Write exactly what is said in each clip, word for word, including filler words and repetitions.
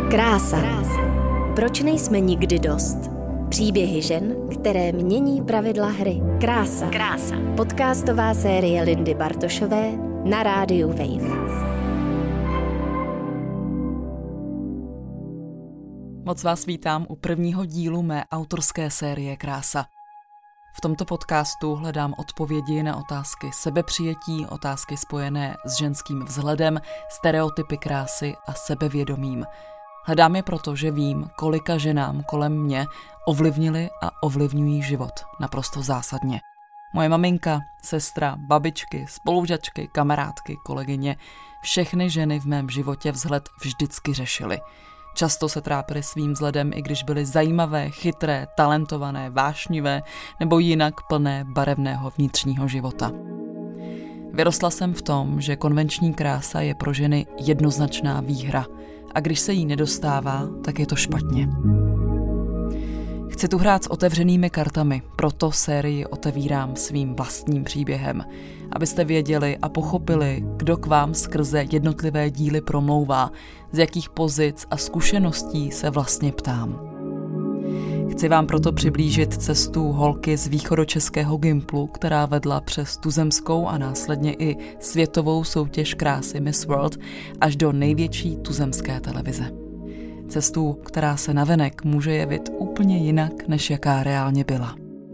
Krása. Proč nejsme nikdy dost? Příběhy žen, které mění pravidla hry. Krása. Krása. Podcastová série Lindy Bartošové na rádiu Wave. Moc vás vítám u prvního dílu mé autorské série Krása. V tomto podcastu hledám odpovědi na otázky sebepřijetí, otázky spojené s ženským vzhledem, stereotypy krásy a sebevědomím. Hledám je proto, že vím, kolika ženám kolem mě ovlivnili a ovlivňují život naprosto zásadně. Moje maminka, sestra, babičky, spolužačky, kamarádky, kolegyně, všechny ženy v mém životě vzhled vždycky řešily. Často se trápily svým vzhledem, i když byly zajímavé, chytré, talentované, vášnivé nebo jinak plné barevného vnitřního života. Vyrostla jsem v tom, že konvenční krása je pro ženy jednoznačná výhra a když se jí nedostává, tak je to špatně. Chci tu hrát s otevřenými kartami, proto sérii otevírám svým vlastním příběhem, abyste věděli a pochopili, kdo k vám skrze jednotlivé díly promlouvá, z jakých pozic a zkušeností se vlastně ptám. Chci vám proto přiblížit cestu holky z východočeského Gimplu, která vedla přes tuzemskou a následně i světovou soutěž krásy Miss World až do největší tuzemské televize. Cestu, která se navenek může jevit úplně jinak, než jaká reálně byla.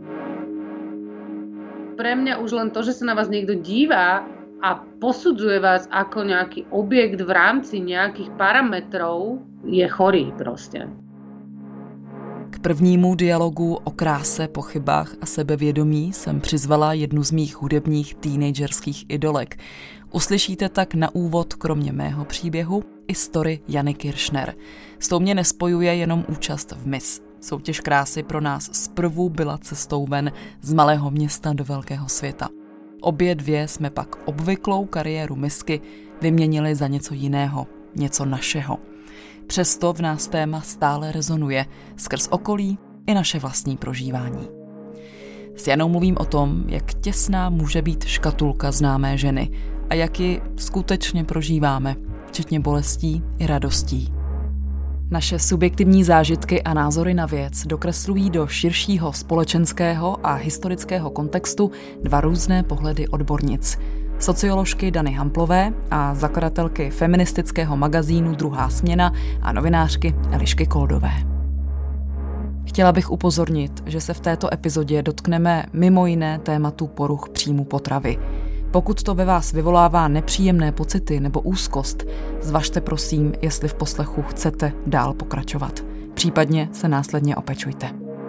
Pre mňa už len to, že sa na vás niekto dívá a posudzuje vás ako nejaký objekt v rámci nejakých parametrov, je chorý proste. K prvnímu dialogu o kráse, pochybách a sebevědomí jsem přizvala jednu z mých hudebních teenagerských idolek. Uslyšíte tak na úvod, kromě mého příběhu, i story Jany Kiršner. S tou mě nespojuje jenom účast v Miss. Soutěž krásy pro nás zprvu byla cestou ven z malého města do velkého světa. Obě dvě jsme pak obvyklou kariéru misky vyměnili za něco jiného, něco našeho. Přesto v nás téma stále rezonuje skrz okolí i naše vlastní prožívání. S Janou mluvím o tom, jak těsná může být škatulka známé ženy a jak ji skutečně prožíváme, včetně bolestí i radostí. Naše subjektivní zážitky a názory na věc dokreslují do širšího společenského a historického kontextu dva různé pohledy odbornic. Socioložky Dany Hamplové a zakladatelky feministického magazínu Druhá směna a novinářky Elišky Koldové. Chtěla bych upozornit, že se v této epizodě dotkneme mimo jiné tématu poruch příjmu potravy. Pokud to ve vás vyvolává nepříjemné pocity nebo úzkost, zvažte prosím, jestli v poslechu chcete dál pokračovat. Případně se následně opečujte.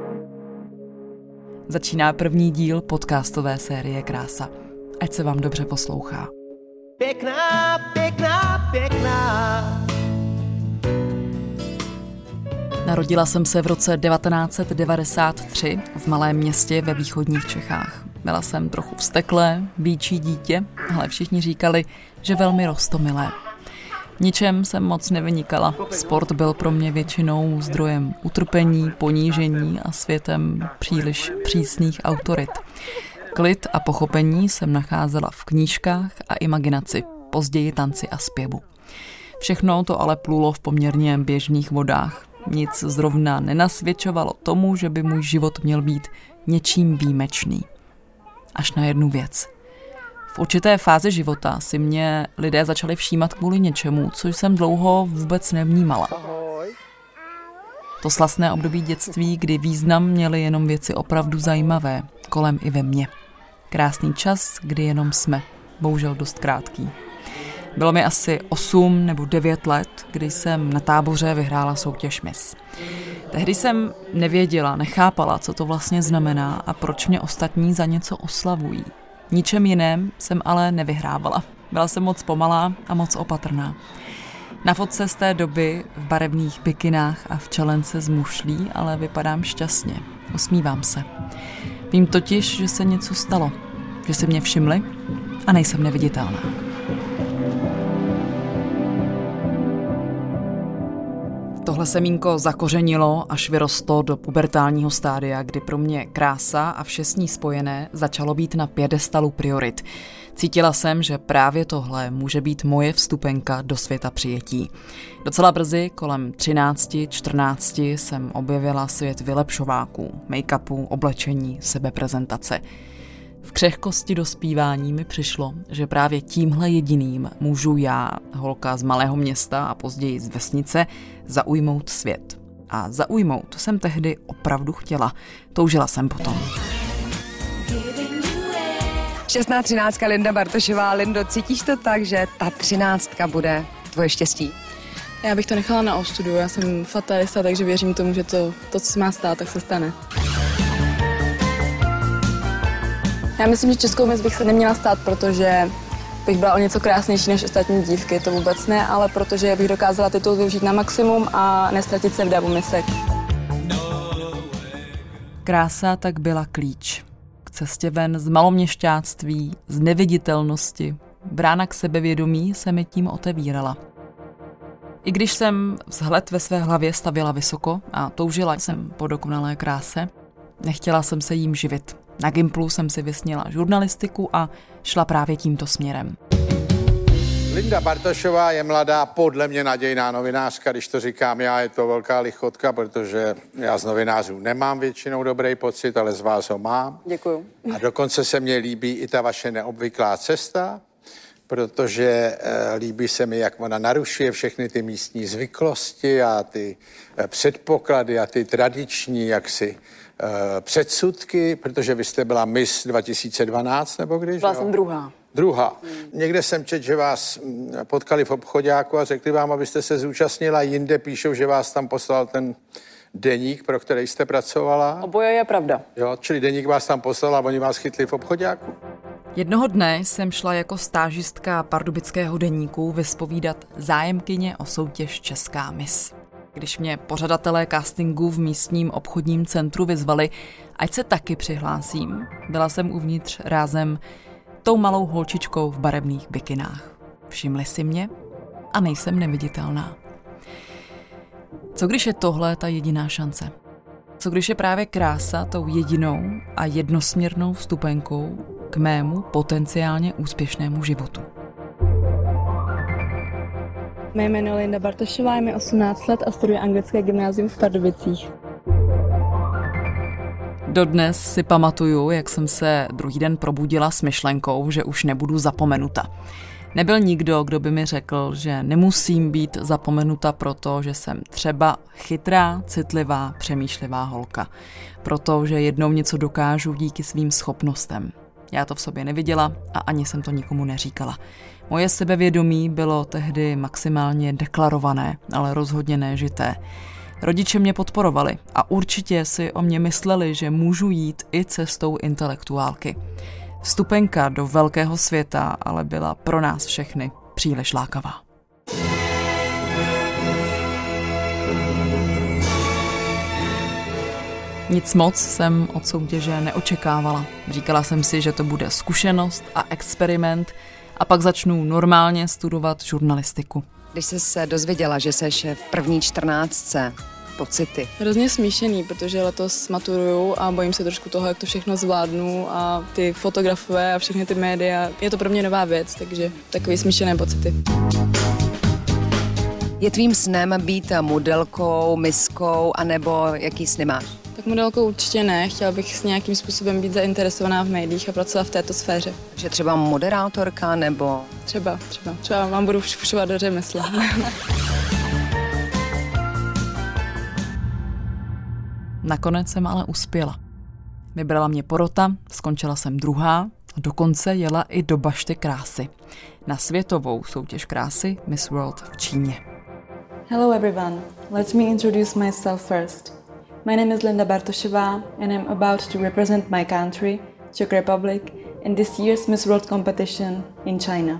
Začíná první díl podcastové série Krása. Ať se vám dobře poslouchá. Pěkná, pěkná, pěkná. Narodila jsem se v roce devatenáct set devadesát tři v malém městě ve východních Čechách. Byla jsem trochu vzteklé, býčí dítě, ale všichni říkali, že velmi roztomilé. V ničem jsem moc nevynikala. Sport byl pro mě většinou zdrojem utrpení, ponížení a světem příliš přísných autorit. Klid a pochopení jsem nacházela v knížkách a imaginaci, později tanci a zpěvu. Všechno to ale plulo v poměrně běžných vodách. Nic zrovna nenasvědčovalo tomu, že by můj život měl být něčím výjimečný. Až na jednu věc. V určité fázi života si mě lidé začali všímat kvůli něčemu, co jsem dlouho vůbec nevnímala. To slastné období dětství, kdy význam měly jenom věci opravdu zajímavé, kolem i ve mně. Krásný čas, kdy jenom jsme, bohužel dost krátký. Bylo mi asi osm nebo devět let, kdy jsem na táboře vyhrála soutěž Miss. Tehdy jsem nevěděla, nechápala, co to vlastně znamená a proč mě ostatní za něco oslavují. Ničem jiném jsem ale nevyhrávala. Byla jsem moc pomalá a moc opatrná. Na fotce z té doby v barevných bikinách a v čelence z mušlí, ale vypadám šťastně. Usmívám se. Vím totiž, že se něco stalo, že si mě všimli a nejsem neviditelná. V Tohle semínko zakořenilo, až vyrostlo do pubertálního stádia, kdy pro mě krása a vše s ní spojené začalo být na piedestalu priorit. Cítila jsem, že právě tohle může být moje vstupenka do světa přijetí. Docela brzy, kolem třinácti, čtrnácti, jsem objevila svět vylepšováků, make-upu, oblečení, sebeprezentace. V křehkosti dospívání mi přišlo, že právě tímhle jediným můžu já, holka z malého města a později z vesnice, zaujmout svět. A zaujmout jsem tehdy opravdu chtěla. Toužila jsem potom. šestná třináctka Linda Bartošová. Lindo, cítíš to tak, že ta třináctka bude tvoje štěstí? Já bych to nechala na ostudu. Já jsem fatalista, takže věřím tomu, že to, to co se má stát, tak se stane. Já myslím, že českou mis bych se neměla stát, protože bych byla o něco krásnější než ostatní dívky, to vůbec ne, ale protože bych dokázala titul využít na maximum a nestratit se v davu misek. Krása tak byla klíč k cestě ven z maloměšťáctví, z neviditelnosti. Brána k sebevědomí se mi tím otevírala. I když jsem vzhled ve své hlavě stavěla vysoko a toužila jsem po dokonalé kráse, nechtěla jsem se jím živit. Na Gimplu jsem si vysnila žurnalistiku a šla právě tímto směrem. Linda Bartošová je mladá, podle mě nadějná novinářka, když to říkám já, je to velká lichotka, protože já z novinářů nemám většinou dobrý pocit, ale z vás ho mám. Děkuju. A dokonce se mně líbí i ta vaše neobvyklá cesta, protože e, líbí se mi, jak ona narušuje všechny ty místní zvyklosti a ty e, předpoklady a ty tradiční jaksi e, předsudky, protože vy jste byla Miss dva tisíce dvanáct, nebo když? Byla jsem druhá. Druhá. Hmm. Někde jsem četl, že vás potkali v obchoďáku a řekli vám, abyste se zúčastnila. Jinde píšou, že vás tam poslal ten deník, pro který jste pracovala. Oboje je pravda. Jo, čili deník vás tam poslal a oni vás chytli v obchoďáku. Jednoho dne jsem šla jako stážistka pardubického deníku vyspovídat zájemkyně o soutěž Česká Miss. Když mě pořadatelé castingu v místním obchodním centru vyzvali, ať se taky přihlásím, byla jsem uvnitř rázem tou malou holčičkou v barevných bikinách. Všimli si mě a nejsem neviditelná. Co když je tohle ta jediná šance? Co když je právě krása tou jedinou a jednosměrnou vstupenkou k mému potenciálně úspěšnému životu? Mé jméno je Linda Bartošová, je mi osmnáct let a studuji anglické gymnázium v Pardubicích. Dodnes si pamatuju, jak jsem se druhý den probudila s myšlenkou, že už nebudu zapomenuta. Nebyl nikdo, kdo by mi řekl, že nemusím být zapomenuta proto, že jsem třeba chytrá, citlivá, přemýšlivá holka. Protože jednou něco dokážu díky svým schopnostem. Já to v sobě neviděla a ani jsem to nikomu neříkala. Moje sebevědomí bylo tehdy maximálně deklarované, ale rozhodně nežité. Rodiče mě podporovali a určitě si o mě mysleli, že můžu jít i cestou intelektuálky. Vstupenka do velkého světa ale byla pro nás všechny příliš lákavá. Nic moc jsem od soutěže neočekávala. Říkala jsem si, že to bude zkušenost a experiment a pak začnu normálně studovat žurnalistiku. Když jsi se dozvěděla, že seš v první čtrnáctce, pocity? Hrozně smíšený, protože letos maturuju a bojím se trošku toho, jak to všechno zvládnu a ty fotografové a všechny ty média. Je to pro mě nová věc, takže takový smíšené pocity. Je tvým snem být modelkou, miskou, anebo jaký sny máš? Tak modelkou určitě ne, chtěla bych s nějakým způsobem být zainteresovaná v médiích a pracovat v této sféře. Takže třeba moderátorka, nebo? Třeba, třeba. Třeba vám budu fušovat do řemesla. Nakonec jsem ale uspěla. Vybrala mě porota, skončila jsem druhá a dokonce jela i do bašty krásy. Na světovou soutěž krásy Miss World v Číně. Hello everyone, let me introduce myself first. My name is Linda Bartošová and I'm about to represent my country, Czech Republic, in this year's Miss World competition in China.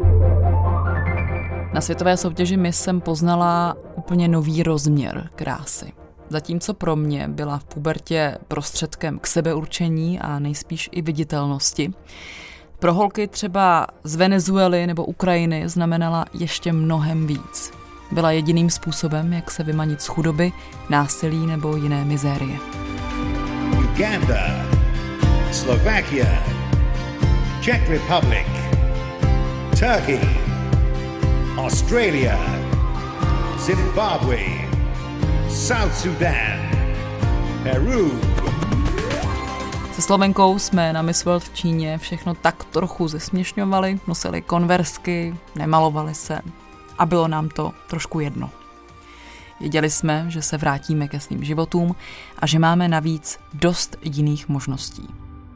Na světové soutěži Miss jsem poznala úplně nový rozměr krásy. Zatímco pro mě byla v pubertě prostředkem k sebeurčení a nejspíš i viditelnosti, pro holky třeba z Venezuely nebo Ukrajiny znamenala ještě mnohem víc. byla jediným způsobem, jak se vymanit z chudoby, násilí nebo jiné mizérie. Uganda, Slovakia, Czech Republic, Turkey, Australia, Zimbabwe, South Sudan, Peru. Se Slovenkou jsme na Miss World v Číně všechno tak trochu zesměšňovali, nosili konversky, nemalovali se a bylo nám to trošku jedno. Věděli jsme, že se vrátíme ke svým životům a že máme navíc dost jiných možností.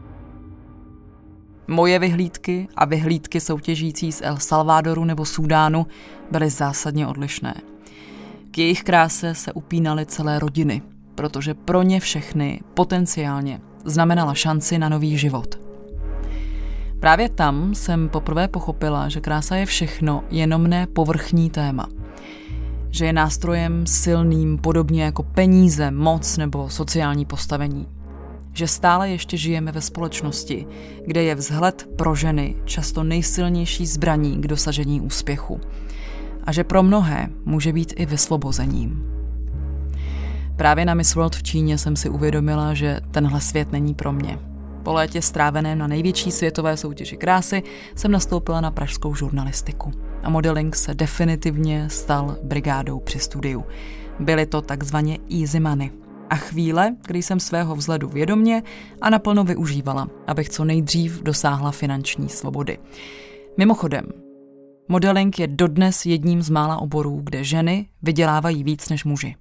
Moje vyhlídky a vyhlídky soutěžící z El Salvadoru nebo Súdánu byly zásadně odlišné. K jejich kráse se upínaly celé rodiny, protože pro ně všechny potenciálně znamenala šanci na nový život. Právě tam jsem poprvé pochopila, že krása je všechno, jenom ne povrchní téma. Že je nástrojem silným, podobně jako peníze, moc nebo sociální postavení. Že stále ještě žijeme ve společnosti, kde je vzhled pro ženy často nejsilnější zbraní k dosažení úspěchu. A že pro mnohé může být i vysvobozením. Právě na Miss World v Číně jsem si uvědomila, že tenhle svět není pro mě. Po létě stráveném na největší světové soutěži krásy jsem nastoupila na pražskou žurnalistiku. A modeling se definitivně stal brigádou při studiu. Byly to takzvaně easy money. A chvíle, kdy jsem svého vzhledu vědomě a naplno využívala, abych co nejdřív dosáhla finanční svobody. Mimochodem, modeling je dodnes jedním z mála oborů, kde ženy vydělávají víc než muži.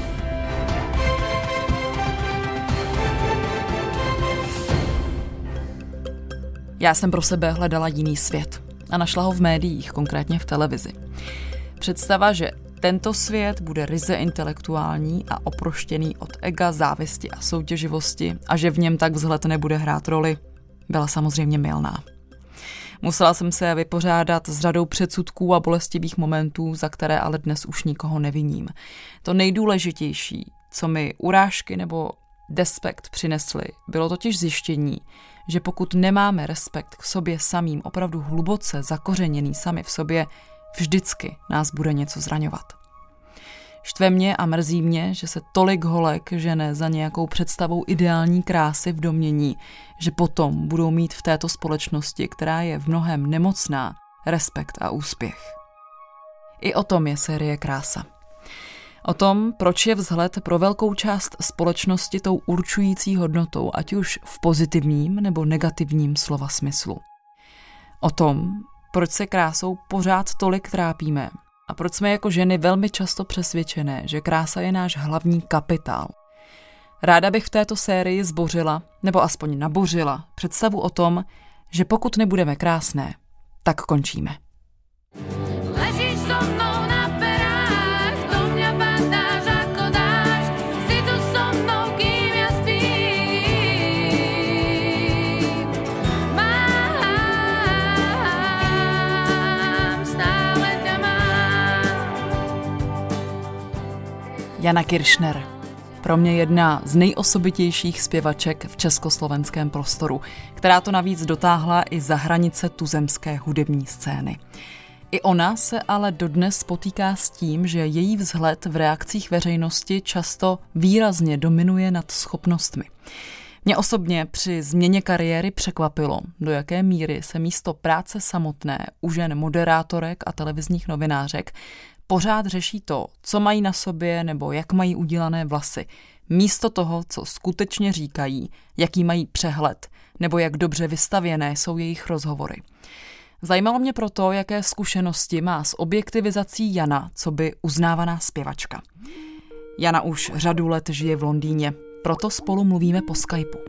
Já jsem pro sebe hledala jiný svět a našla ho v médiích, konkrétně v televizi. Představa, že tento svět bude ryze intelektuální a oproštěný od ega, závisti a soutěživosti a že v něm tak vzhled nebude hrát roli, byla samozřejmě mylná. Musela jsem se vypořádat s řadou předsudků a bolestivých momentů, za které ale dnes už nikoho neviním. To nejdůležitější, co mi urážky nebo despekt přinesly, bylo totiž zjištění, že pokud nemáme respekt k sobě samým, opravdu hluboce zakořeněný sami v sobě, vždycky nás bude něco zraňovat. Štve mě a mrzí mě, že se tolik holek žene za nějakou představou ideální krásy v domnění, že potom budou mít v této společnosti, která je v mnohém nemocná, respekt a úspěch. I o tom je série Krása. O tom, proč je vzhled pro velkou část společnosti tou určující hodnotou, ať už v pozitivním nebo negativním slova smyslu. O tom, proč se krásou pořád tolik trápíme a proč jsme jako ženy velmi často přesvědčené, že krása je náš hlavní kapitál. Ráda bych v této sérii zbořila, nebo aspoň nabořila, představu o tom, že pokud nebudeme krásné, tak končíme. Ležíš so mnou na perách, to mě padáš ako dážď, si tu so mnou, kým ja spím. Mám, stále ťa mám. Jana Kiršner. Pro mě jedna z nejosobitějších zpěvaček v československém prostoru, která to navíc dotáhla i za hranice tuzemské hudební scény. I ona se ale dodnes potýká s tím, že její vzhled v reakcích veřejnosti často výrazně dominuje nad schopnostmi. Mě osobně při změně kariéry překvapilo, do jaké míry se místo práce samotné u žen moderátorek a televizních novinářek pořád řeší to, co mají na sobě nebo jak mají udělané vlasy, místo toho, co skutečně říkají, jaký mají přehled nebo jak dobře vystavěné jsou jejich rozhovory. Zajímalo mě proto, jaké zkušenosti má s objektivizací Jana, coby uznávaná zpěvačka. Jana už řadu let žije v Londýně, proto spolu mluvíme po Skypeu.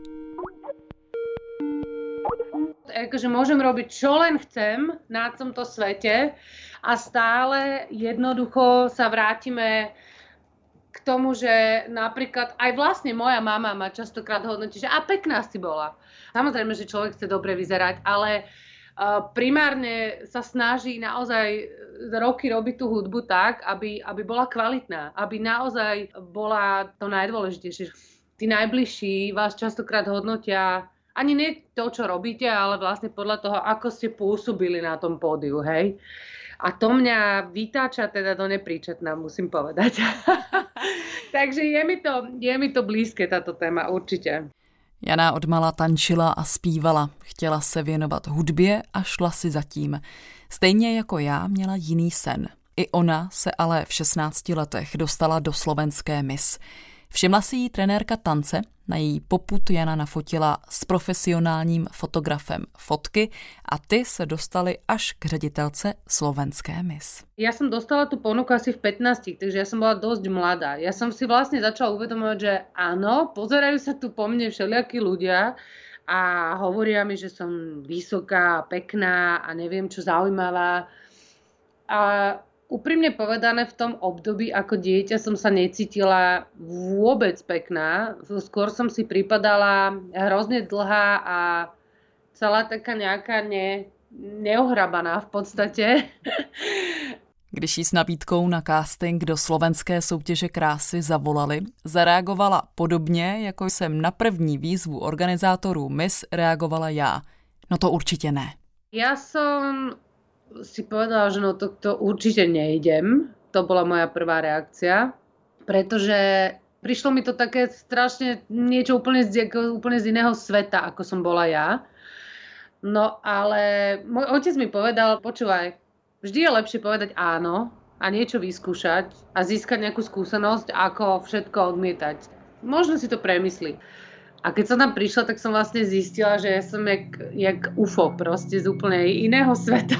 Akože môžem robiť, čo len chcem na tomto svete a stále jednoducho sa vrátime k tomu, že napríklad aj vlastne moja mama ma častokrát hodnotí, že a pekná si bola. Samozrejme, že človek chce dobre vyzerať, ale uh, primárne sa snaží naozaj roky robiť tú hudbu tak, aby, aby bola kvalitná, aby naozaj bola to najdôležitejšie. Tí najbližší vás častokrát hodnotia ani nie to, čo robíte, ale vlastne podľa toho, ako ste pôsobili na tom pódiu, hej. A to mňa vytáča teda do nepríčetná, musím povedať. Takže je mi, to, je mi to blízke, táto téma, určitě. Jana odmala tančila a zpívala. Chtěla se věnovat hudbě a šla si za tím. Stejně jako já měla jiný sen. I ona se ale v šestnácti letech dostala do slovenské Miss. Všimla si jí trenérka tance, na její popud Jana nafotila s profesionálním fotografem fotky a ty se dostaly až k ředitelce slovenské Miss. Ja som dostala tú ponuku asi v pätnástich, takže ja som bola dosť mladá. Ja som si vlastne začala uvedomovať, že áno, pozerajú sa tu po mne všelijakí ľudia a hovoria mi, že som vysoká, pekná a neviem čo, zaujímavá. A úprimne povedané, v tom období ako dieťa som sa necítila vôbec pekná. Skôr som si pripadala hrozne dlhá a celá taká nejaká ne, neohrabaná v podstate. Když jí s nabídkou na casting do slovenské soutěže krásy zavolali, zareagovala podobně, jako jsem na první výzvu organizátorů Miss reagovala já. No to určitě ne. Ja som si povedala, že no to, to určite nejdem. To bola moja prvá reakcia, pretože prišlo mi to také strašne niečo úplne z, úplne z iného sveta, ako som bola ja. No ale môj otec mi povedal, počúvaj, vždy je lepšie povedať áno a niečo vyskúšať a získať nejakú skúsenosť, ako všetko odmietať. Možno si to premyslí. A keď som tam prišla, tak som vlastne zistila, že ja som jak, jak U F O, proste z úplne iného sveta.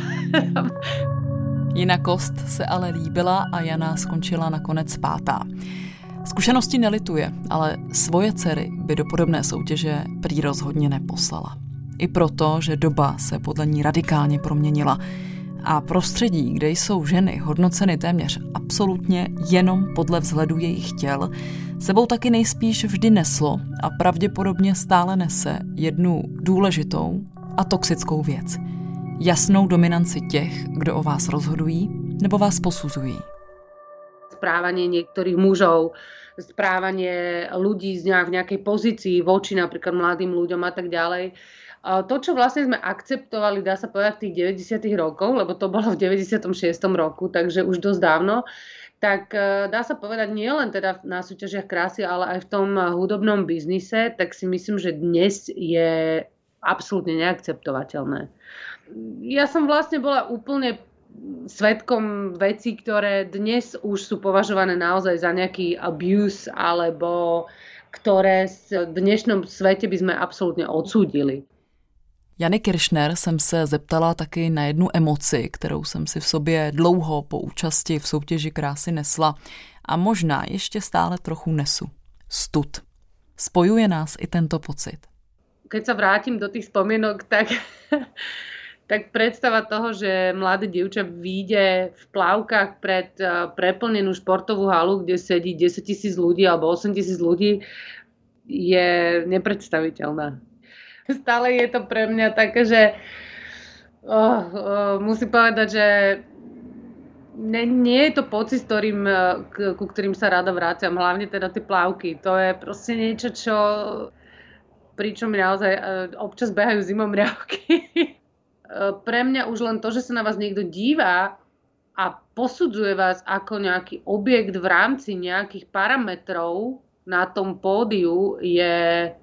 Jina Kost se ale líbila a Jana skončila nakonec pátá. Zkušenosti nelituje, ale svoje dcery by do podobné soutěže prý rozhodně neposlala. I proto, že doba se podle ní radikálně proměnila a prostředí, kde jsou ženy hodnoceny téměř absolutně jenom podle vzhledu jejich těl, sebou taky nejspíš vždy neslo a pravděpodobně stále nese jednu důležitou a toxickou věc. Jasnou dominanci těch, kdo o vás rozhodují nebo vás posuzují. Správanie niektorých mužov, správanie ľudí v nejakej pozícii voči napríklad mladým ľuďom a tak ďalej. To, čo vlastne sme akceptovali, dá sa povedať, v tých deväťdesiatych rokoch, lebo to bolo v deväťdesiatom šiestom roku, takže už dosť dávno, tak dá sa povedať nie len teda na súťažiach krásy, ale aj v tom hudobnom biznise, tak si myslím, že dnes je absolútne neakceptovateľné. Ja som vlastne bola úplne svedkom vecí, ktoré dnes už sú považované naozaj za nejaký abuse, alebo ktoré v dnešnom svete by sme absolútne odsúdili. Jany Kiršner jsem se zeptala taky na jednu emoci, kterou jsem si v sobě dlouho po účasti v soutěži krásy nesla a možná ještě stále trochu nesu. Stud. Spojuje nás i tento pocit. Keď sa vrátim do tých spomienok, tak, tak predstava toho, že mladé dievča vyjde v plavkách pred preplnenú športovú halu, kde sedí desaťtisíc ľudí alebo osemtisíc ľudí, je nepredstaviteľná. Stále je to pre mňa také, že oh, oh, musím povedať, že ne, nie je to pocit, ktorým, k, ku ktorým sa rada vraciam, hlavne teda tie plavky. To je proste niečo, čo pričom mi naozaj občas behajú zimomriavky. Pre mňa už len to, že sa na vás niekto dívá a posudzuje vás ako nejaký objekt v rámci nejakých parametrov na tom pódiu, je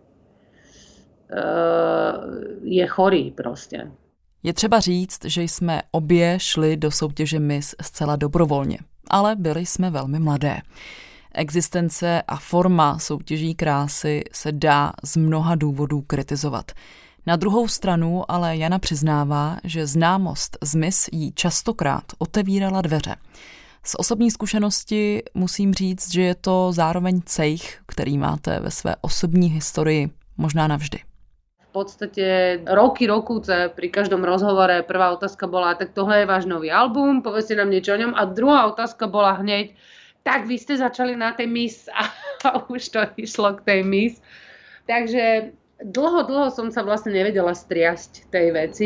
je chorý prostě. Je třeba říct, že jsme obě šli do soutěže Miss zcela dobrovolně, ale byli jsme velmi mladé. Existence a forma soutěží krásy se dá z mnoha důvodů kritizovat. Na druhou stranu ale Jana přiznává, že známost z Miss jí častokrát otevírala dveře. Z osobní zkušenosti musím říct, že je to zároveň cejch, který máte ve své osobní historii možná navždy. V podstate roky, rokúce pri každom rozhovore prvá otázka bola, tak tohle je váš nový album, povedzte nám niečo o ňom. A druhá otázka bola hneď, tak vy ste začali na tej Miss a, a už to išlo k tej Miss. Takže dlho, dlho som sa vlastne nevedela striasť tej veci.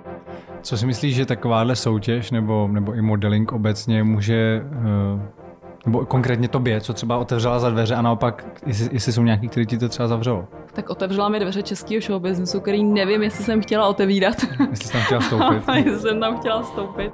Co si myslíš, že takováhle soutěž nebo, nebo i modeling obecně může uh, Nebo konkrétně tobě, co třeba otevřela za dveře a naopak, jestli, jestli jsou nějaký, který ti to třeba zavřelo? Tak otevřela mi dveře českého showbiznesu, který nevím, jestli jsem chtěla otevírat. Jestli jsem tam chtěla vstoupit. jestli jsem tam chtěla vstoupit.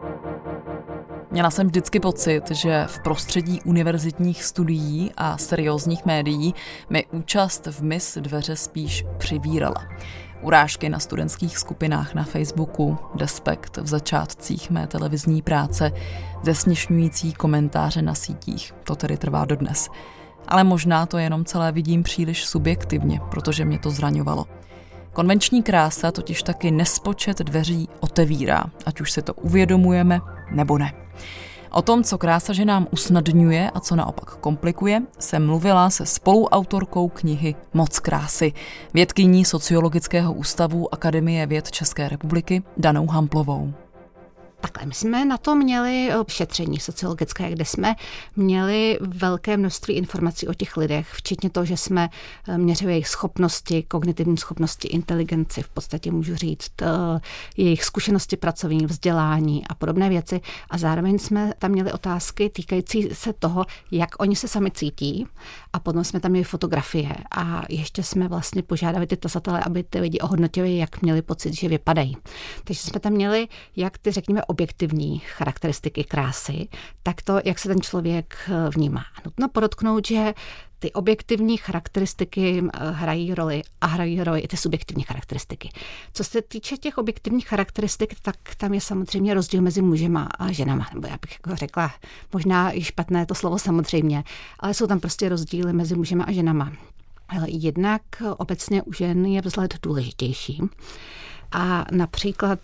Měla jsem vždycky pocit, že v prostředí univerzitních studií a seriózních médií mi účast v Miss Dveře spíš přivírala. Urážky na studentských skupinách na Facebooku, despekt v začátcích mé televizní práce, zesměšňující komentáře na sítích. To tedy trvá dodnes. Ale možná to jenom celé vidím příliš subjektivně, protože mě to zraňovalo. Konvenční krása totiž taky nespočet dveří otevírá, ať už si to uvědomujeme, nebo ne. O tom, co krása ženám usnadňuje a co naopak komplikuje, jsem mluvila se spoluautorkou knihy Moc krásy, vědkyní Sociologického ústavu Akademie věd České republiky Danou Hamplovou. Takhle, my jsme na to měli šetření sociologické, kde jsme měli velké množství informací o těch lidech, včetně toho, že jsme měřili jejich schopnosti, kognitivní schopnosti, inteligenci, v podstatě můžu říct, jejich zkušenosti pracovní, vzdělání a podobné věci. A zároveň jsme tam měli otázky týkající se toho, jak oni se sami cítí. A potom jsme tam měli fotografie a ještě jsme vlastně požádali ty tazatele, aby ty lidi ohodnotili, jak měli pocit, že vypadají. Takže jsme tam měli, jak ty, řekněme, objektivní charakteristiky krásy, tak to, jak se ten člověk vnímá. Nutno podotknout, že ty objektivní charakteristiky hrají roli a hrají roli i ty subjektivní charakteristiky. Co se týče těch objektivních charakteristik, tak tam je samozřejmě rozdíl mezi mužema a ženama. Nebo já bych jako řekla, možná i špatné to slovo samozřejmě, ale jsou tam prostě rozdíly mezi mužema a ženama. Jednak obecně u žen je vzhled důležitější. A například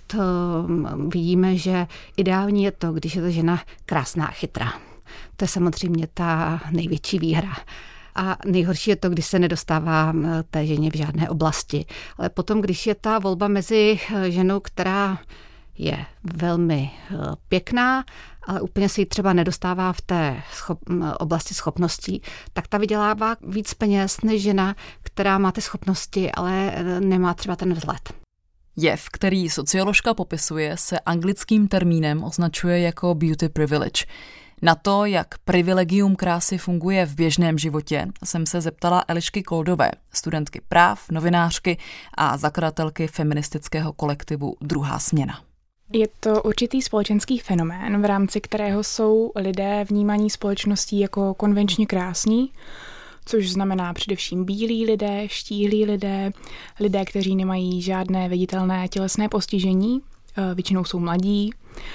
vidíme, že ideální je to, když je ta žena krásná a chytrá. To je samozřejmě ta největší výhra. A nejhorší je to, když se nedostává té ženě v žádné oblasti. Ale potom, když je ta volba mezi ženou, která je velmi pěkná, ale úplně si ji třeba nedostává v té schop, oblasti schopností, tak ta vydělává víc peněz než žena, která má ty schopnosti, ale nemá třeba ten vzhled. Jev, který socioložka popisuje, se anglickým termínem označuje jako beauty privilege. Na to, jak privilegium krásy funguje v běžném životě, jsem se zeptala Elišky Koldové, studentky práv, novinářky a zakladatelky feministického kolektivu Druhá směna. Je to určitý společenský fenomén, v rámci kterého jsou lidé vnímaní společností jako konvenčně krásní, což znamená především bílí lidé, štíhlí lidé, lidé, kteří nemají žádné viditelné tělesné postižení, většinou jsou mladí,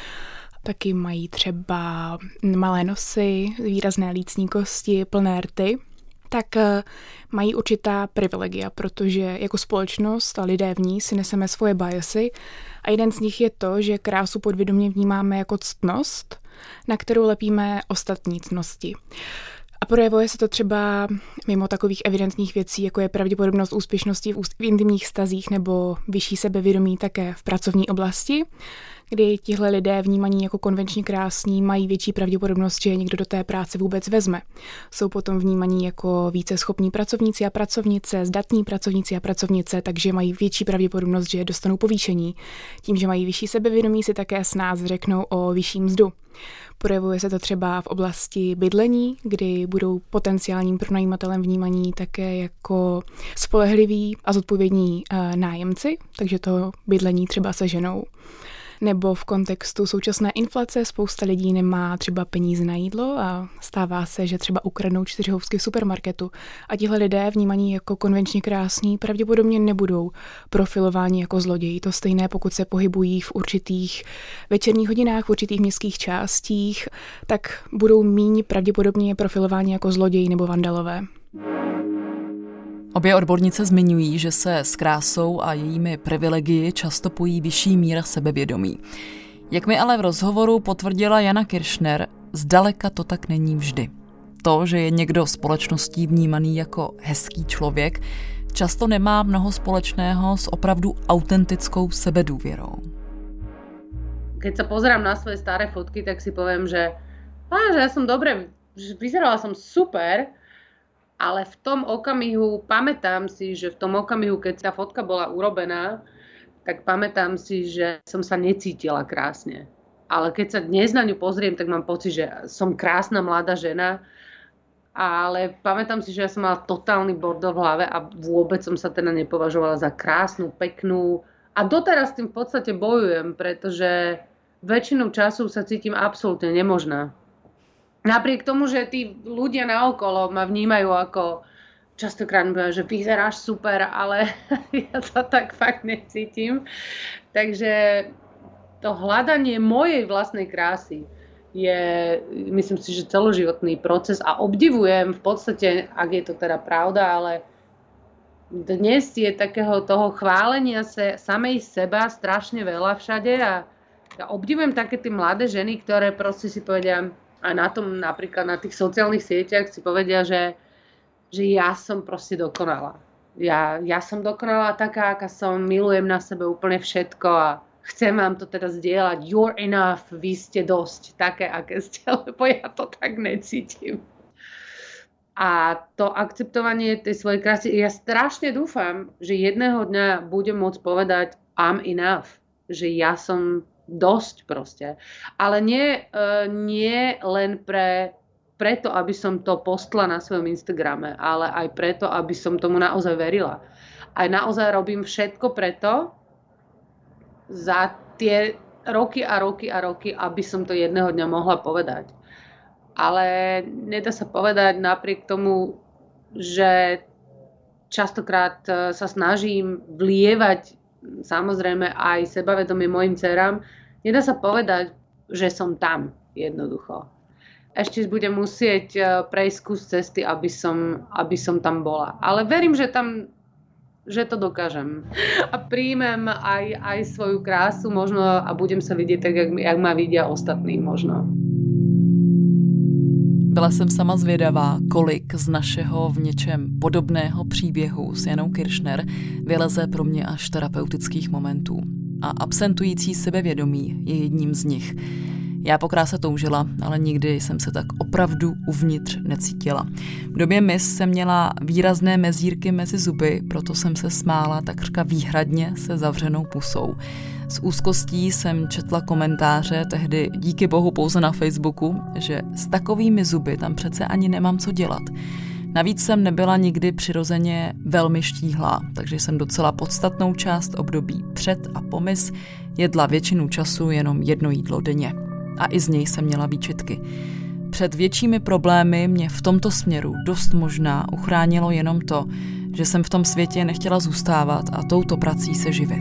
taky mají třeba malé nosy, výrazné lícní kosti, plné rty, tak mají určitá privilegia, protože jako společnost a lidé v ní si neseme svoje biasy a jeden z nich je to, že krásu podvědomě vnímáme jako ctnost, na kterou lepíme ostatní ctnosti. A projevuje se to třeba mimo takových evidentních věcí, jako je pravděpodobnost úspěšnosti v intimních vztazích nebo vyšší sebevědomí také v pracovní oblasti, kdy tihle lidé vnímaní jako konvenčně krásní mají větší pravděpodobnost, že je někdo do té práce vůbec vezme. Jsou potom vnímaní jako více schopní pracovníci a pracovnice, zdatní pracovníci a pracovnice, takže mají větší pravděpodobnost, že dostanou povýšení. Tím, že mají vyšší sebevědomí, si také s nás řeknou o vyšší mzdu. Projevuje se to třeba v oblasti bydlení, kdy budou potenciálním pronajímatelem vnímaní také jako spolehliví a zodpovědní nájemci, takže to bydlení třeba seženou. Nebo v kontextu současné inflace spousta lidí nemá třeba peníze na jídlo a stává se, že třeba ukradnou čtyři housky v supermarketu. A tihle lidé vnímaní jako konvenčně krásní pravděpodobně nebudou profilováni jako zloději. To stejné, pokud se pohybují v určitých večerních hodinách, v určitých městských částích, tak budou míň pravděpodobně profilováni jako zloději nebo vandalové. Obě odbornice zmiňují, že se s krásou a jejími privilegii často pojí vyšší míra sebevědomí. Jak mi ale v rozhovoru potvrdila Jana Kiršner, zdaleka to tak není vždy. To, že je někdo společností vnímaný jako hezký člověk, často nemá mnoho společného s opravdu autentickou sebedůvěrou. Keď sa pozerám na svoje staré fotky, tak si poviem, že, á, že ja som dobre, že vyzerala som super, ale v tom okamihu, pamätám si, že v tom okamihu, keď tá fotka bola urobená, tak pamätám si, že som sa necítila krásne. Ale keď sa dnes na ňu pozriem, tak mám pocit, že som krásna mladá žena, ale pamätám si, že ja som mala totálny bordel v hlave a vôbec som sa teda nepovažovala za krásnu, peknú. A doteraz s tým v podstate bojujem, pretože väčšinu času sa cítim absolútne nemožná. Napriek tomu, že tí ľudia naokolo ma vnímajú ako, častokrát mi povedajú, že vyzeráš super, ale ja sa tak fakt necítim. Takže to hľadanie mojej vlastnej krásy je, myslím si, že celoživotný proces a obdivujem v podstate, ak je to teda pravda, ale dnes je takého toho chválenia sa samej seba strašne veľa všade a ja obdivujem také tie mladé ženy, ktoré proste si povedia, aj na tom napríklad na tých sociálnych sieťach si povedia, že, že ja som proste dokonalá. Ja, ja som dokonalá taká, aká som, milujem na sebe úplne všetko a chcem vám to teda zdieľať. You're enough, vy ste dosť také, aké ste, lebo ja to tak necítim. A to akceptovanie tej svojej krásy, ja strašne dúfam, že jedného dňa budem môcť povedať I'm enough, že ja som dosť proste. Ale nie, uh, nie len pre, preto, aby som to postla na svojom Instagrame, ale aj preto, aby som tomu naozaj verila. Aj naozaj robím všetko preto, za tie roky a roky a roky, aby som to jedného dňa mohla povedať. Ale nedá sa povedať napriek tomu, že častokrát sa snažím vlievať samozrejme aj sebavedomie mojim dcerám, nedá sa povedať, že som tam jednoducho. Ešte budem musieť prejsť kus cesty, aby som, aby som tam bola. Ale verím, že tam že to dokážem. A príjmem aj, aj svoju krásu možno a budem sa vidieť tak, jak, jak ma vidia ostatní možno. Byla jsem sama zvědavá, kolik z našeho v něčem podobného příběhu s Janou Kiršner vyleze pro mě až terapeutických momentů. A absentující sebevědomí je jedním z nich. Já po kráse toužila, ale nikdy jsem se tak opravdu uvnitř necítila. V době mis jsem měla výrazné mezírky mezi zuby, proto jsem se smála takřka výhradně se zavřenou pusou. S úzkostí jsem četla komentáře, tehdy díky bohu pouze na Facebooku, že s takovými zuby tam přece ani nemám co dělat. Navíc jsem nebyla nikdy přirozeně velmi štíhlá, takže jsem docela podstatnou část období před a po mis jedla většinu času jenom jedno jídlo denně. A i z něj jsem měla výčitky. Před většími problémy mě v tomto směru dost možná uchránilo jenom to, že jsem v tom světě nechtěla zůstávat a touto prací se živit.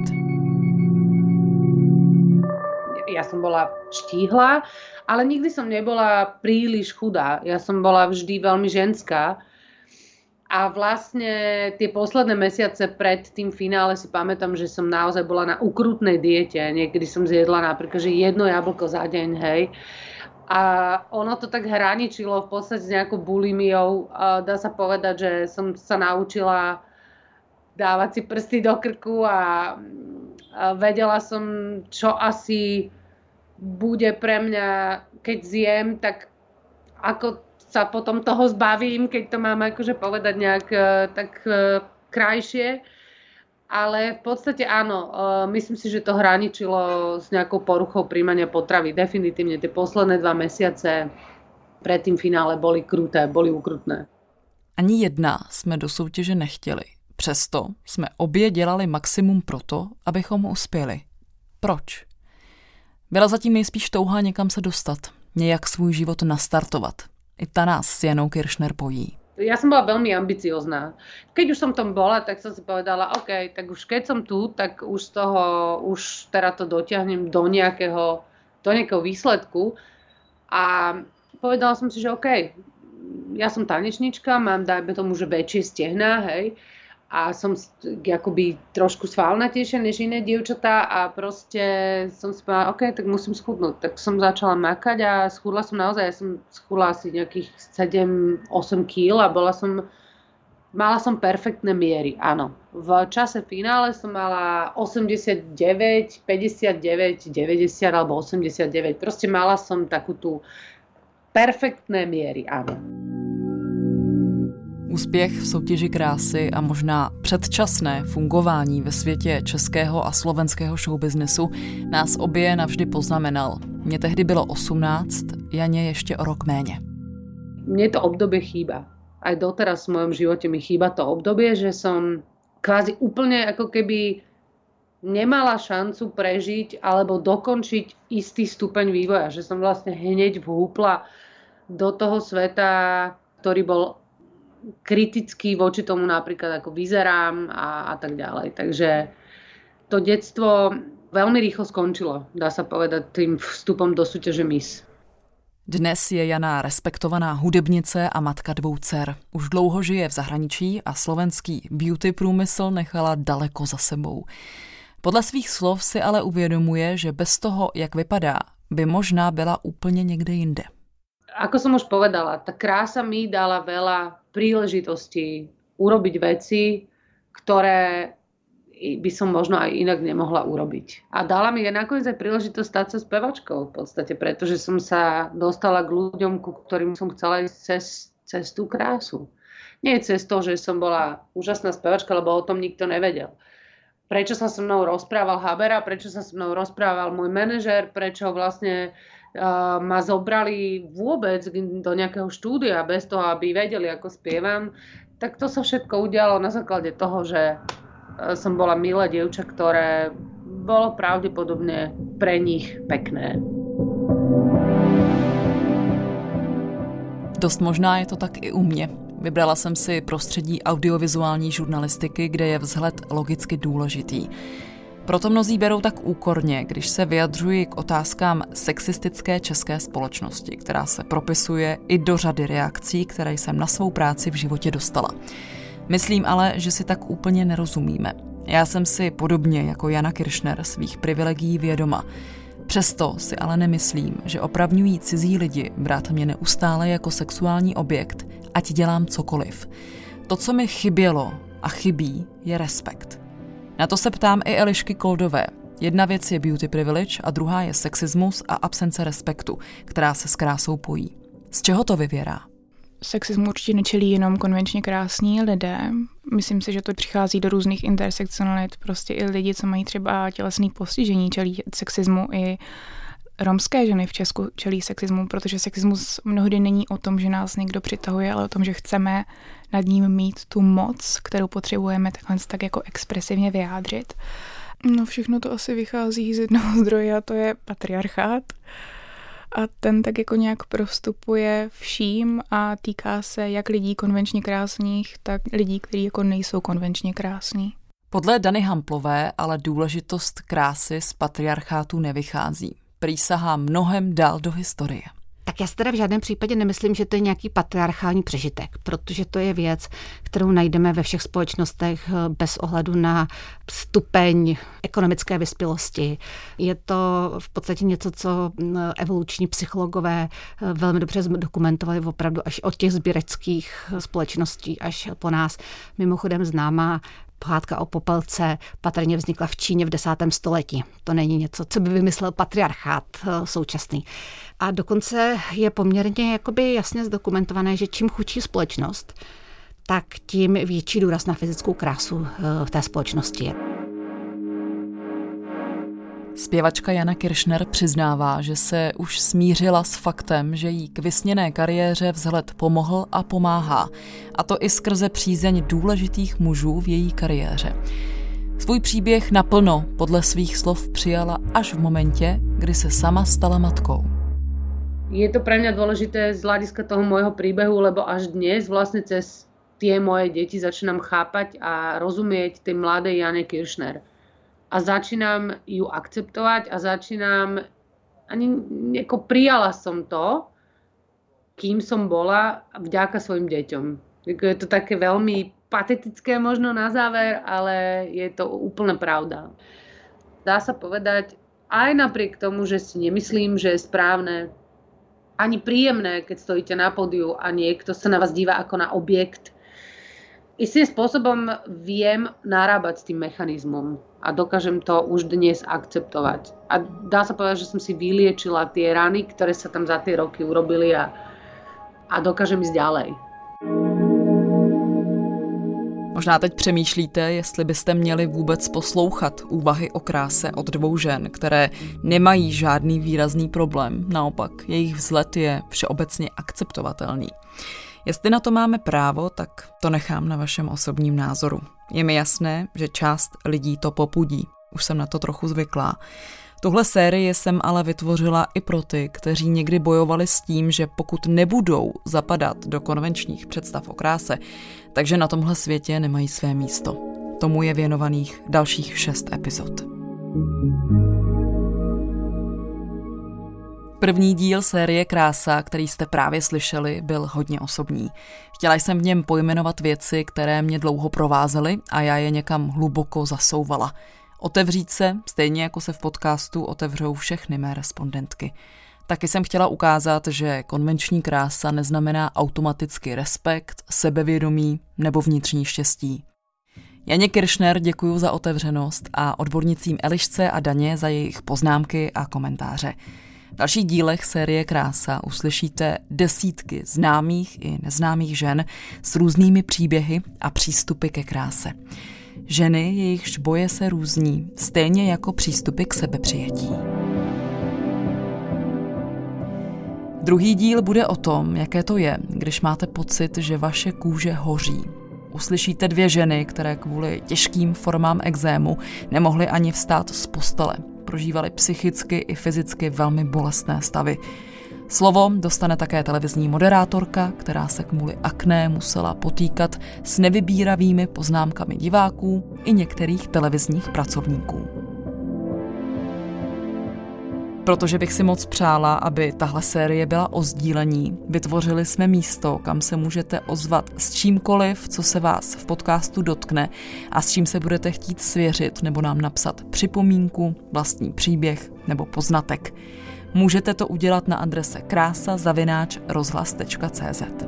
Ja som bola štíhla, ale nikdy som nebola príliš chudá. Ja som bola vždy veľmi ženská. A vlastne tie posledné mesiace pred tým finále si pamätám, že som naozaj bola na ukrutnej diete. Niekedy som zjedla napríklad, že jedno jablko za deň, hej. A ono to tak hraničilo v podstate s nejakou bulimiou. Dá sa povedať, že som sa naučila dávať si prsty do krku a vedela som, čo asi bude pre mňa, keď zjem, tak ako sa potom toho zbavím, keď to mám akože povedať nejak tak krajšie. Ale v podstate áno, myslím si, že to hraničilo s nejakou poruchou príjmania potravy. Definitívne tie posledné dva mesiace pred tým finále boli kruté, boli ukrutné. Ani jedna jsme do soutěže nechtěli. Přesto jsme obě dělali maximum proto, abychom uspěli. Proč? Byla zatím nejspíš touha někam se dostat, nějak svůj život nastartovat. I ta nás s Janou Kiršner pojí. Ja som bola veľmi ambiciozná. Keď už som tam bola, tak som si povedala, OK, tak už keď som tu, tak už z toho, už teda to dotiahnem do nejakého, do nejakého výsledku. A povedala som si, že OK, ja som tanečnička, mám dajme tomu, že väčšie stehná, hej, a som akoby trošku svalnatejšia než iné dievčatá a proste som si povedala, OK, tak musím schudnúť. Tak som začala makať a schudla som naozaj, ja som schudla asi nejakých sedem osem kíl a bola som, mala som perfektné miery, áno. V čase finále som mala osemdesiatdeväť, päťdesiatdeväť, deväťdesiat alebo osemdesiatdeväť. Proste mala som takú tú perfektné miery, áno. Úspěch v soutěži krásy a možná předčasné fungování ve světě českého a slovenského showbiznesu nás obě navždy poznamenal. Mně tehdy bylo osmnáct, Janě ještě o rok méně. Mne to obdobie chýba. Aj doteraz v mojom živote mi chýba to obdobie, že som kvázi úplne ako keby nemala šancu prežiť alebo dokončiť istý stupeň vývoja. Že som vlastne hneď vhúpla do toho sveta, ktorý bol kritický voči tomu napríklad ako vyzerám a, a tak ďalej. Takže to detstvo veľmi rýchlo skončilo, dá sa povedať, tým vstupom do súťaže Miss. Dnes je Jana respektovaná hudebnice a matka dvou dcer. Už dlouho žije v zahraničí a slovenský beauty průmysl nechala daleko za sebou. Podle svých slov si ale uvědomuje, že bez toho, jak vypadá, by možná byla úplně někde jinde. Ako som už povedala, tá krása mi dala veľa príležitostí urobiť veci, ktoré by som možno aj inak nemohla urobiť. A dala mi aj nakoniec aj príležitosť stať sa spevačkou v podstate, pretože som sa dostala k ľuďom, ku ktorým som chcela ísť cez, cez tú krásu. Nie cez to, že som bola úžasná spevačka, lebo o tom nikto nevedel. Prečo sa so mnou rozprával Habera, prečo sa so mnou rozprával môj manažér, prečo vlastne Uh, ma zobrali vôbec do nejakého štúdia bez toho, aby vedeli, ako spievam, tak to sa všetko udialo na základe toho, že uh, som bola milé dievča, ktoré bolo pravdepodobne pre nich pekné. Dost možná je to tak i u mě. Vybrala jsem si prostředí audiovizuální žurnalistiky, kde je vzhled logicky důležitý. Proto mnozí berou tak úkorně, když se vyjadřuji k otázkám sexistické české společnosti, která se propisuje i do řady reakcí, které jsem na svou práci v životě dostala. Myslím ale, že si tak úplně nerozumíme. Já jsem si podobně jako Jana Kiršner svých privilegií vědoma. Přesto si ale nemyslím, že opravňují cizí lidi brát mě neustále jako sexuální objekt, ať dělám cokoliv. To, co mi chybělo a chybí, je respekt. Na to se ptám i Elišky Koldové. Jedna věc je beauty privilege a druhá je sexismus a absence respektu, která se s krásou pojí. Z čeho to vyvěrá? Sexismu určitě nečelí jenom konvenčně krásní lidé. Myslím si, že to přichází do různých intersekcionalit. Prostě i lidi, co mají třeba tělesné postižení, čelí sexismu. I romské ženy v Česku čelí sexismu, protože sexismus mnohdy není o tom, že nás někdo přitahuje, ale o tom, že chceme nad ním mít tu moc, kterou potřebujeme takhle tak jako expresivně vyjádřit. No všechno to asi vychází z jednoho zdroje a to je patriarchát. A ten tak jako nějak prostupuje vším a týká se jak lidí konvenčně krásných, tak lidí, kteří jako nejsou konvenčně krásní. Podle Dany Hamplové ale důležitost krásy z patriarchátu nevychází. Prý sahá mnohem dál do historie. Tak já si teda v žádném případě nemyslím, že to je nějaký patriarchální přežitek, protože to je věc, kterou najdeme ve všech společnostech bez ohledu na stupeň ekonomické vyspělosti. Je to v podstatě něco, co evoluční psychologové velmi dobře dokumentovali opravdu až od těch sběračských společností až po nás. Mimochodem známá pohádka o popelce patrně vznikla v Číně v desátém století. To není něco, co by vymyslel patriarchát současný. A dokonce je poměrně jakoby jasně zdokumentované, že čím chudší společnost, tak tím větší důraz na fyzickou krásu v té společnosti je. Zpěvačka Jana Kiršner přiznává, že se už smířila s faktem, že jí k vysněné kariéře vzhled pomohl a pomáhá. A to i skrze přízeň důležitých mužů v její kariéře. Svůj příběh naplno podle svých slov přijala až v momentě, kdy se sama stala matkou. Je to pre mňa dôležité z hľadiska toho môjho príbehu, lebo až dnes vlastne cez tie moje deti začínam chápať a rozumieť tej mladej Jane Kiršner. A začínam ju akceptovať a začínam, ani ako prijala som to, kým som bola vďaka svojim deťom. Je to také veľmi patetické možno na záver, ale je to úplne pravda. Dá sa povedať, aj napriek tomu, že si nemyslím, že je správne ani príjemné, keď stojíte na pódiu a niekto sa na vás díva ako na objekt. Istým spôsobom viem narábať s tým mechanizmom a dokážem to už dnes akceptovať. A dá sa povedať, že som si vyliečila tie rany, ktoré sa tam za tie roky urobili a, a dokážem ísť ďalej. Možná teď přemýšlíte, jestli byste měli vůbec poslouchat úvahy o kráse od dvou žen, které nemají žádný výrazný problém. Naopak, jejich vzhled je všeobecně akceptovatelný. Jestli na to máme právo, tak to nechám na vašem osobním názoru. Je mi jasné, že část lidí to popudí. Už jsem na to trochu zvyklá. Tuhle sérii jsem ale vytvořila i pro ty, kteří někdy bojovali s tím, že pokud nebudou zapadat do konvenčních představ o kráse, takže na tomhle světě nemají své místo. Tomu je věnovaných dalších šest epizod. První díl série Krása, který jste právě slyšeli, byl hodně osobní. Chtěla jsem v něm pojmenovat věci, které mě dlouho provázely a já je někam hluboko zasouvala. Otevřít se, stejně jako se v podcastu otevřou všechny mé respondentky. Taky jsem chtěla ukázat, že konvenční krása neznamená automaticky respekt, sebevědomí nebo vnitřní štěstí. Janě Kiršner děkuju za otevřenost a odbornicím Elišce a Daně za jejich poznámky a komentáře. V dalších dílech série Krása uslyšíte desítky známých i neznámých žen s různými příběhy a přístupy ke kráse. Ženy, jejichž boje se různí, stejně jako přístupy k sebepřijetí. Druhý díl bude o tom, jaké to je, když máte pocit, že vaše kůže hoří. Uslyšíte dvě ženy, které kvůli těžkým formám ekzému nemohly ani vstát z postele. Prožívaly psychicky i fyzicky velmi bolestné stavy. Slovo dostane také televizní moderátorka, která se kvůli akné musela potýkat s nevybíravými poznámkami diváků i některých televizních pracovníků. Protože bych si moc přála, aby tahle série byla o sdílení, vytvořili jsme místo, kam se můžete ozvat s čímkoliv, co se vás v podcastu dotkne a s čím se budete chtít svěřit nebo nám napsat připomínku, vlastní příběh nebo poznatek. Můžete to udělat na adrese krása zavináč rozhlas tečka cé zet.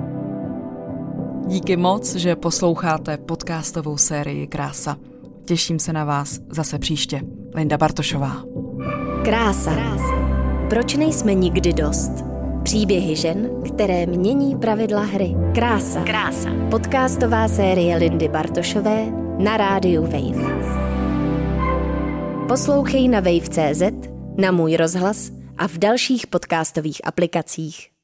Díky moc, že posloucháte podcastovou sérii Krása. Těším se na vás zase příště. Linda Bartošová. Krása. Proč nejsme nikdy dost? Příběhy žen, které mění pravidla hry. Krása. Krása. Podcastová série Lindy Bartošové na rádiu Wave. Poslouchej na wave tečka cé zet, na Můj rozhlas a v dalších podcastových aplikacích.